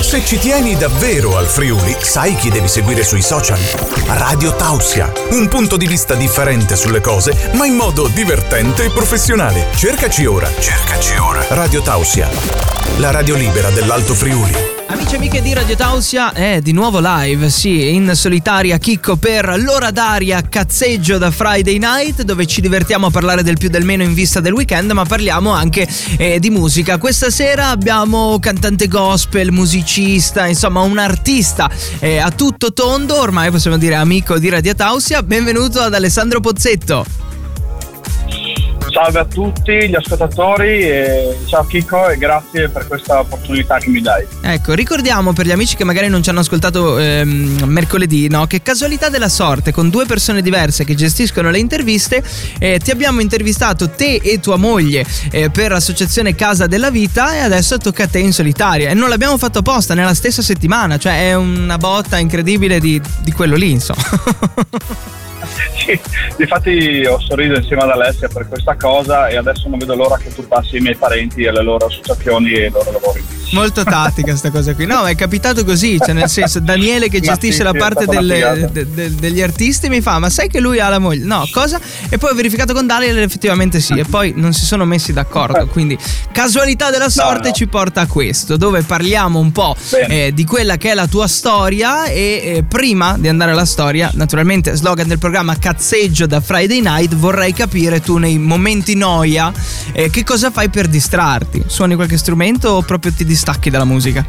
Se ci tieni davvero al Friuli, sai chi devi seguire sui social? Radio Tausia, un punto di vista differente sulle cose, ma in modo divertente e professionale. Cercaci ora. Radio Tausia, la radio libera dell'Alto Friuli. Amici e amiche di Radio Tausia, è di nuovo live, sì, in solitaria chicco per l'ora d'aria cazzeggio da Friday Night, dove ci divertiamo a parlare del più del meno in vista del weekend, ma parliamo anche di musica. Questa sera abbiamo cantante gospel, musicista, insomma un artista a tutto tondo, ormai possiamo dire amico di Radio Tausia. Benvenuto ad Alessandro Pozzetto. Salve a tutti gli ascoltatori e ciao Chico e grazie per questa opportunità che mi dai. Ecco, ricordiamo per gli amici che magari non ci hanno ascoltato mercoledì, no? Che casualità della sorte, con due persone diverse che gestiscono le interviste, ti abbiamo intervistato te e tua moglie per l'associazione Casa della Vita e adesso tocca a te in solitaria. E non l'abbiamo fatto apposta, nella stessa settimana, cioè è una botta incredibile di quello lì, insomma. Sì, infatti ho sorriso insieme ad Alessia per questa cosa e adesso non vedo l'ora che tu passi i miei parenti e le loro associazioni e i loro lavori. Molto tattica sta cosa qui. No, è capitato così, cioè nel senso Daniele che gestisce la parte degli artisti mi fa: ma sai che lui ha la moglie? No, cosa? E poi ho verificato con Daniele, effettivamente sì, e poi non si sono messi d'accordo, quindi casualità della sorte ci porta a questo, dove parliamo un po' di quella che è la tua storia e prima di andare alla storia, naturalmente slogan del programma cazzeggio da Friday Night, vorrei capire tu nei momenti noia che cosa fai per distrarti? Suoni qualche strumento o proprio ti distacchi dalla musica?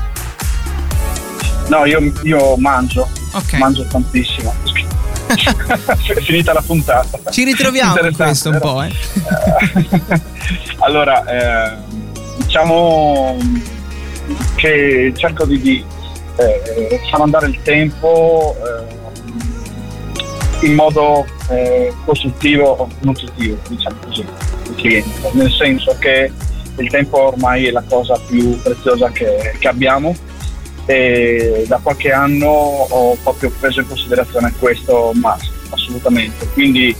No, io mangio, okay. Mangio tantissimo. Finita la puntata. Ci ritroviamo in questo un po', Allora, diciamo che cerco di far andare il tempo in modo costruttivo o nutritivo, diciamo così, nel senso che il tempo ormai è la cosa più preziosa che abbiamo e da qualche anno ho proprio preso in considerazione questo, ma assolutamente, quindi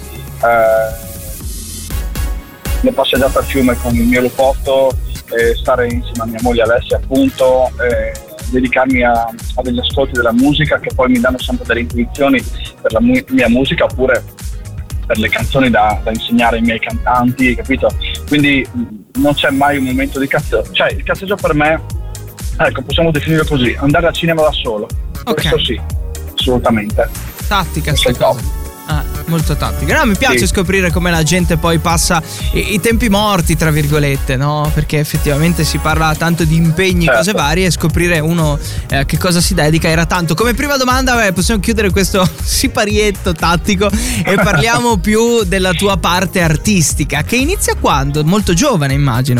le passeggiate al fiume con il mio lupotto, stare insieme a mia moglie Alessia appunto, dedicarmi a degli ascolti della musica che poi mi danno sempre delle intuizioni per la mia musica oppure per le canzoni da insegnare ai miei cantanti, capito? Quindi non c'è mai un momento di cazzeggio, cioè il cazzeggio per me, ecco, possiamo definirlo così, andare al cinema da solo, questo sì, assolutamente. Tattica sta cosa. Molto tattica. No, mi piace scoprire come la gente poi passa i tempi morti, tra virgolette, no? Perché effettivamente si parla tanto di impegni, cose varie, e scoprire uno che cosa si dedica era tanto. Come prima domanda, possiamo chiudere questo siparietto tattico e parliamo più della tua parte artistica, che inizia quando? Molto giovane, immagino.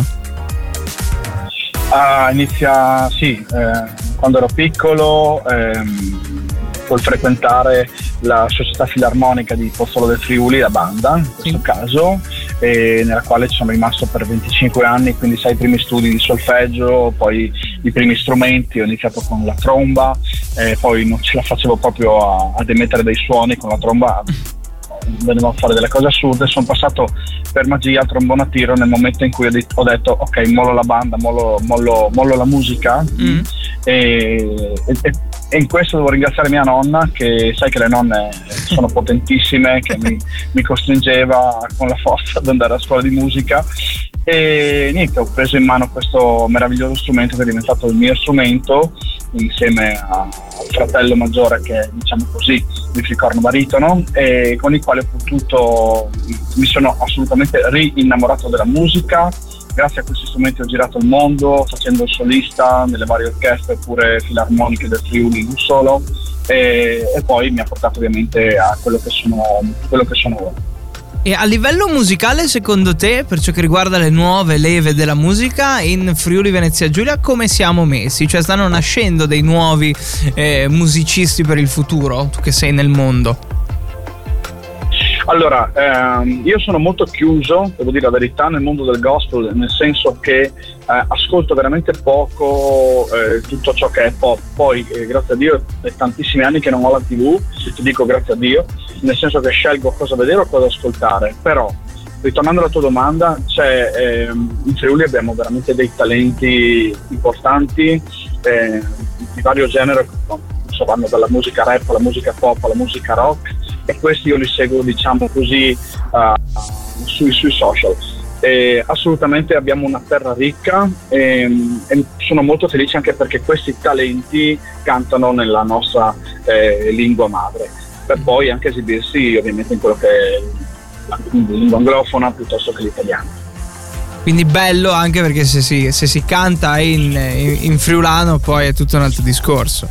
Inizia, quando ero piccolo, col frequentare la Società Filarmonica di Pozzolo del Friuli, la banda in questo caso, nella quale ci sono rimasto per 25 anni, quindi sai, i primi studi di solfeggio, poi i primi strumenti, ho iniziato con la tromba, poi non ce la facevo proprio ad emettere dei suoni con la tromba, venivano a fare delle cose assurde, sono passato per magia al trombone a tiro nel momento in cui ho detto ok, mollo la banda, mollo la musica, e in questo devo ringraziare mia nonna, che sai che le nonne sono potentissime, che mi costringeva con la forza ad andare a scuola di musica e niente, ho preso in mano questo meraviglioso strumento che è diventato il mio strumento insieme al fratello maggiore che è, diciamo così, il flicorno baritono, e con il quale mi sono assolutamente ri-innamorato della musica. Grazie a questi strumenti ho girato il mondo facendo il solista nelle varie orchestre oppure filarmoniche del Friuli, non solo, e poi mi ha portato ovviamente a quello che sono ora. E a livello musicale, secondo te, per ciò che riguarda le nuove leve della musica in Friuli Venezia Giulia, come siamo messi? Cioè, stanno nascendo dei nuovi musicisti per il futuro, tu che sei nel mondo? Allora, io sono molto chiuso, devo dire la verità, nel mondo del gospel, nel senso che ascolto veramente poco tutto ciò che è pop. Poi, grazie a Dio, è tantissimi anni che non ho la TV, ti dico grazie a Dio, nel senso che scelgo cosa vedere o cosa ascoltare. Però, ritornando alla tua domanda, in Friuli abbiamo veramente dei talenti importanti di vario genere, vanno dalla musica rap alla musica pop alla musica rock, e questi io li seguo, diciamo così, sui social. Assolutamente abbiamo una terra ricca, e sono molto felice anche perché questi talenti cantano nella nostra lingua madre, per poi anche esibirsi ovviamente in quello che è la lingua anglofona piuttosto che l'italiano. Quindi bello, anche perché se si canta in friulano poi è tutto un altro discorso.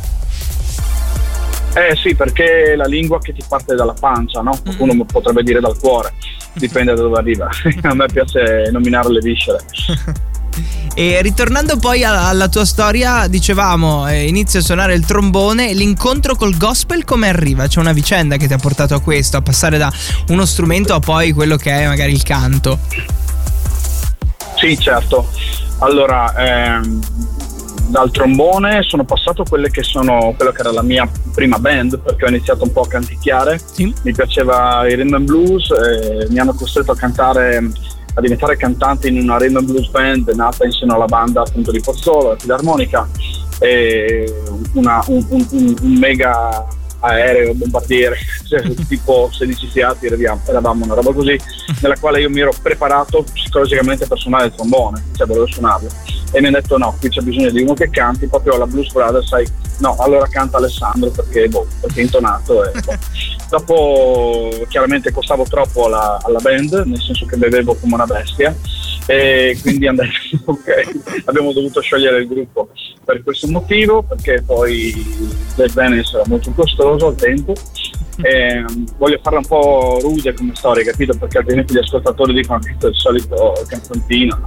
Sì, perché la lingua che ti parte dalla pancia, no? Qualcuno potrebbe dire dal cuore, dipende da dove arriva. A me piace nominare le viscere. E ritornando poi alla tua storia, dicevamo, inizia a suonare il trombone, l'incontro col gospel come arriva? C'è una vicenda che ti ha portato a questo, a passare da uno strumento a poi quello che è magari il canto? Sì, certo. Allora, dal trombone sono passato quello che era la mia prima band, perché ho iniziato un po' a canticchiare. Sì. Mi piaceva il rhythm and blues, mi hanno costretto a diventare cantante in una rhythm and blues band nata insieme alla banda appunto di Pozzolo, la Filarmonica, e un mega aereo bombardiere, cioè, tipo 16 fiati eravamo, una roba così, nella quale io mi ero preparato psicologicamente per suonare il trombone, cioè volevo suonarlo, e mi hanno detto no, qui c'è bisogno di uno che canti, proprio alla Blues Brothers, sai, no, allora canta Alessandro perché è intonato, e dopo chiaramente costavo troppo alla band, nel senso che bevevo come una bestia, e quindi hanno detto ok, abbiamo dovuto sciogliere il gruppo per questo motivo, perché poi Jack Dennis era molto costoso al tempo. Voglio farla un po' rude come storia, capito? Perché altrimenti gli ascoltatori dicono che è il solito canzoncino.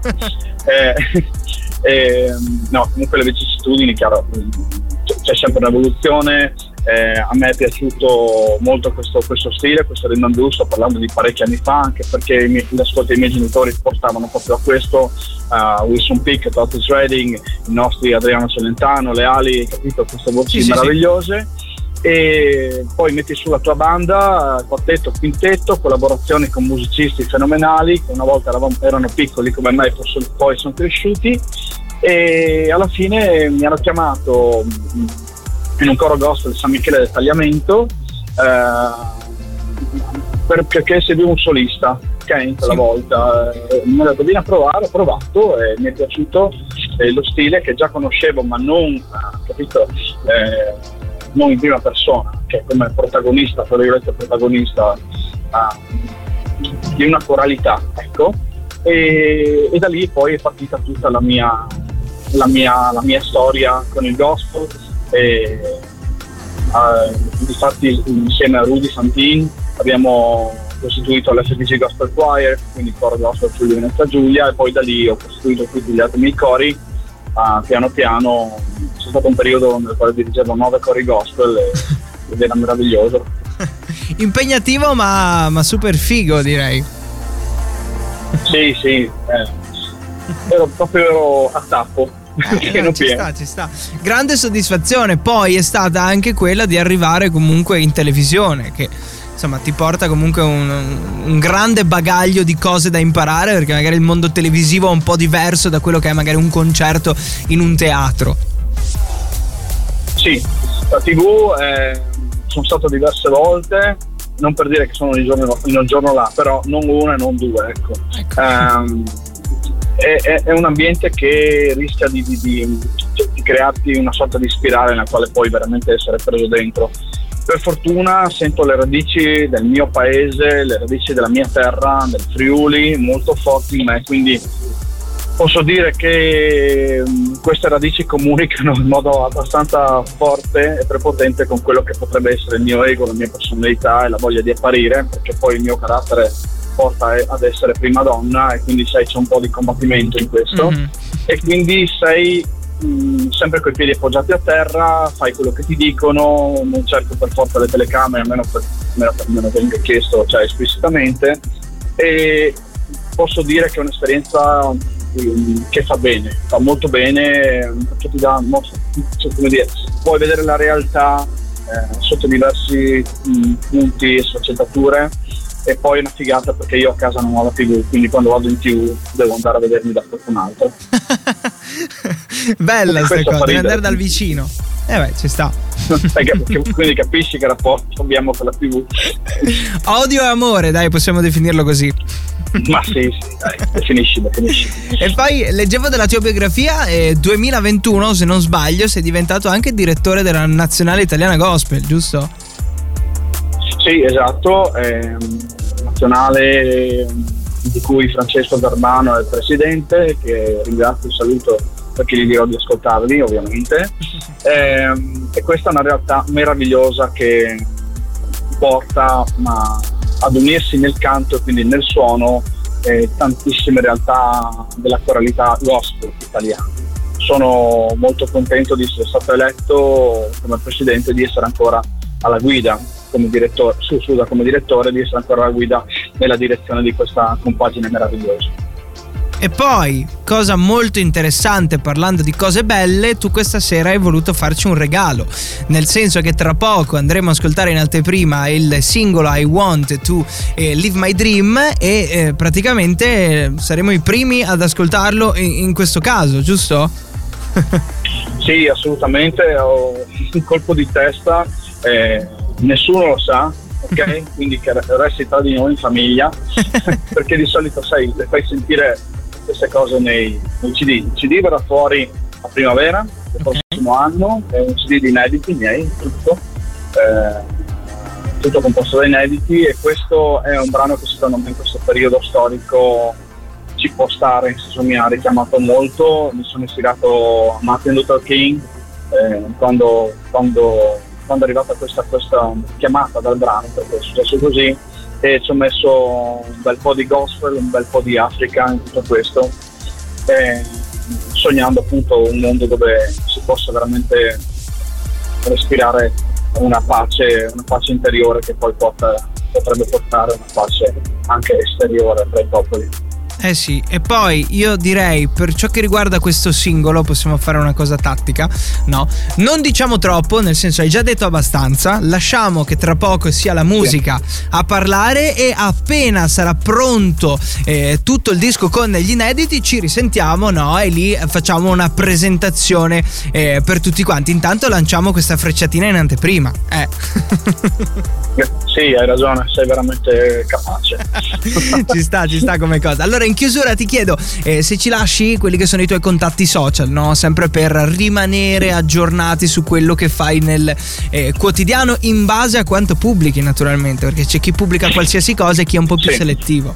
No, comunque le vicissitudini, chiaro, c'è sempre un'evoluzione. A me è piaciuto molto questo stile, questo rhythm and blues, sto parlando di parecchi anni fa, anche perché l'ascolto dei miei genitori portavano proprio a questo, Wilson Pickett, Otis Redding, i nostri Adriano Celentano, Le Ali, capito? Queste voci meravigliose. E poi metti su la tua banda, quartetto, quintetto, collaborazioni con musicisti fenomenali che una volta erano piccoli come me, poi sono cresciuti, e alla fine mi hanno chiamato in un coro gospel San Michele del Tagliamento, perché seguivo un solista, ok, quella volta mi ha detto vieni a provare, ho provato e mi è piaciuto lo stile che già conoscevo, ma non, capito, non in prima persona, che come protagonista, tra virgolette protagonista di una coralità, ecco, e da lì poi è partita tutta la mia storia con il gospel. Infatti insieme a Rudy Santin abbiamo costituito l'FDG Gospel Choir, quindi coro gospel Friuli Venezia Giulia, e poi da lì ho costituito tutti gli altri miei cori. Piano piano c'è stato un periodo nel quale dirigevo 9 cori gospel ed era meraviglioso. Impegnativo ma super figo, direi. Sì, ero proprio a tappo. Ci sta. Grande soddisfazione poi è stata anche quella di arrivare comunque in televisione, che insomma ti porta comunque un grande bagaglio di cose da imparare, perché magari il mondo televisivo è un po' diverso da quello che è magari un concerto in un teatro. Sì, la TV sono stato diverse volte, non per dire che sono in un giorno là, però non una e non due, ecco. È un ambiente che rischia di crearti una sorta di spirale nella quale puoi veramente essere preso dentro. Per fortuna sento le radici del mio paese, le radici della mia terra, del Friuli, molto forti in me, quindi posso dire che queste radici comunicano in modo abbastanza forte e prepotente con quello che potrebbe essere il mio ego, la mia personalità e la voglia di apparire, perché poi il mio carattere porta ad essere prima donna, e quindi c'è un po' di combattimento in questo, e quindi sei sempre coi piedi appoggiati a terra, fai quello che ti dicono, non cerco per forza le telecamere, almeno me venga chiesto, cioè esplicitamente, e posso dire che è un'esperienza che fa bene, fa molto bene, perché ti dà, come dire, puoi vedere la realtà sotto diversi punti e sfaccettature, e poi è una figata perché io a casa non ho la TV, quindi quando vado in TV devo andare a vedermi da qualcun altro. Bella sta cosa, devi andare dal vicino. Beh, ci sta. Quindi capisci che rapporto abbiamo con la TV. Odio e amore, dai, possiamo definirlo così. Ma sì, dai, definisci. E poi leggevo della tua biografia, 2021 se non sbaglio sei diventato anche direttore della Nazionale Italiana Gospel, giusto? Sì, esatto, nazionale di cui Francesco Garbano è il presidente, che ringrazio e saluto perché gli dirò di ascoltarli ovviamente, e questa è una realtà meravigliosa che porta ad unirsi nel canto e quindi nel suono tantissime realtà della coralità gospel italiana. Sono molto contento di essere stato eletto come presidente, di essere ancora alla guida come direttore, come direttore, di essere ancora alla guida nella direzione di questa compagine meravigliosa. E poi, cosa molto interessante, parlando di cose belle, tu questa sera hai voluto farci un regalo, nel senso che tra poco andremo a ascoltare in anteprima il singolo I Want to Live My Dream e praticamente saremo i primi ad ascoltarlo in questo caso, giusto? Sì, assolutamente, ho un colpo di testa, nessuno lo sa, ok? Quindi che resti tra di noi in famiglia, perché di solito sai, le fai sentire queste cose nei CD. Il CD verrà fuori a primavera del prossimo anno, è un CD di inediti miei, tutto composto da inediti, e questo è un brano che secondo me in questo periodo storico ci può stare, nel senso mi ha richiamato molto. Mi sono ispirato a Martin Luther King quando è arrivata questa chiamata dal brano, perché è successo così, e ci ho messo un bel po' di gospel, un bel po' di Africa in tutto questo, sognando appunto un mondo dove si possa veramente respirare una pace interiore che poi potrebbe portare una pace anche esteriore tra i popoli. Eh sì, e poi io direi, per ciò che riguarda questo singolo, possiamo fare una cosa tattica, no? Non diciamo troppo, nel senso hai già detto abbastanza, lasciamo che tra poco sia la musica a parlare, e appena sarà pronto tutto il disco con gli inediti ci risentiamo, no? E lì facciamo una presentazione per tutti quanti. Intanto lanciamo questa frecciatina in anteprima. Sì, hai ragione, sei veramente capace. ci sta come cosa. Allora, in chiusura ti chiedo se ci lasci quelli che sono i tuoi contatti social, no? Sempre per rimanere aggiornati su quello che fai nel quotidiano, in base a quanto pubblichi, naturalmente, perché c'è chi pubblica qualsiasi cosa e chi è un po' più selettivo.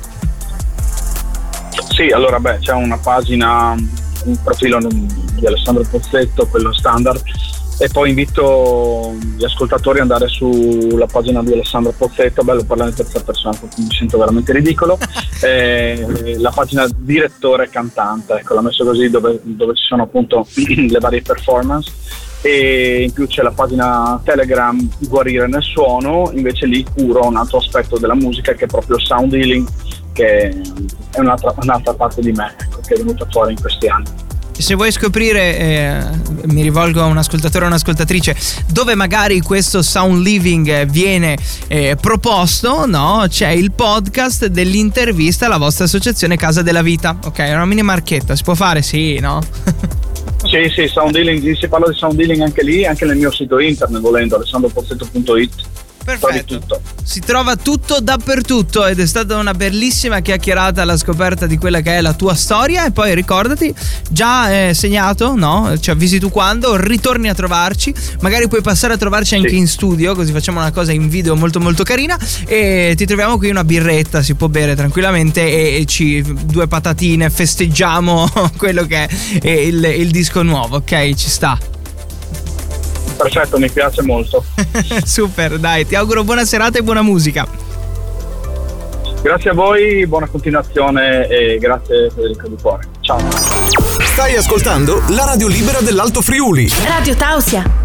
Sì, allora c'è una pagina, un profilo di Alessandro Pozzetto, quello standard, e poi invito gli ascoltatori ad andare sulla pagina di Alessandro Pozzetto, bello parlare in terza persona perché mi sento veramente ridicolo, la pagina direttore cantante, ecco, l'ho messo così, dove ci sono appunto le varie performance, e in più c'è la pagina Telegram Guarire nel Suono. Invece lì curo un altro aspetto della musica, che è proprio sound healing, che è un'altra parte di me, ecco, che è venuta fuori in questi anni. Se vuoi scoprire, mi rivolgo a un ascoltatore o un'ascoltatrice, dove magari questo sound living viene proposto, no? C'è il podcast dell'intervista alla vostra associazione Casa della Vita, ok? È una mini marchetta, si può fare? Sì, no? Sì, sound healing, si parla di sound healing anche lì, anche nel mio sito internet, volendo, alessandropozzetto.it. Perfetto, si trova tutto dappertutto, ed è stata una bellissima chiacchierata alla scoperta di quella che è la tua storia. E poi ricordati, già segnato, no? Ci avvisi tu quando ritorni a trovarci, magari puoi passare a trovarci anche in studio, così facciamo una cosa in video molto molto carina, e ti troviamo qui una birretta, si può bere tranquillamente, e due patatine, festeggiamo quello che è il disco nuovo, ok? Ci sta. Perfetto, mi piace molto. Super, dai, ti auguro buona serata e buona musica. Grazie a voi, buona continuazione, e grazie Federico di cuore. Ciao. Stai ascoltando la radio libera dell'Alto Friuli. Radio Tausia.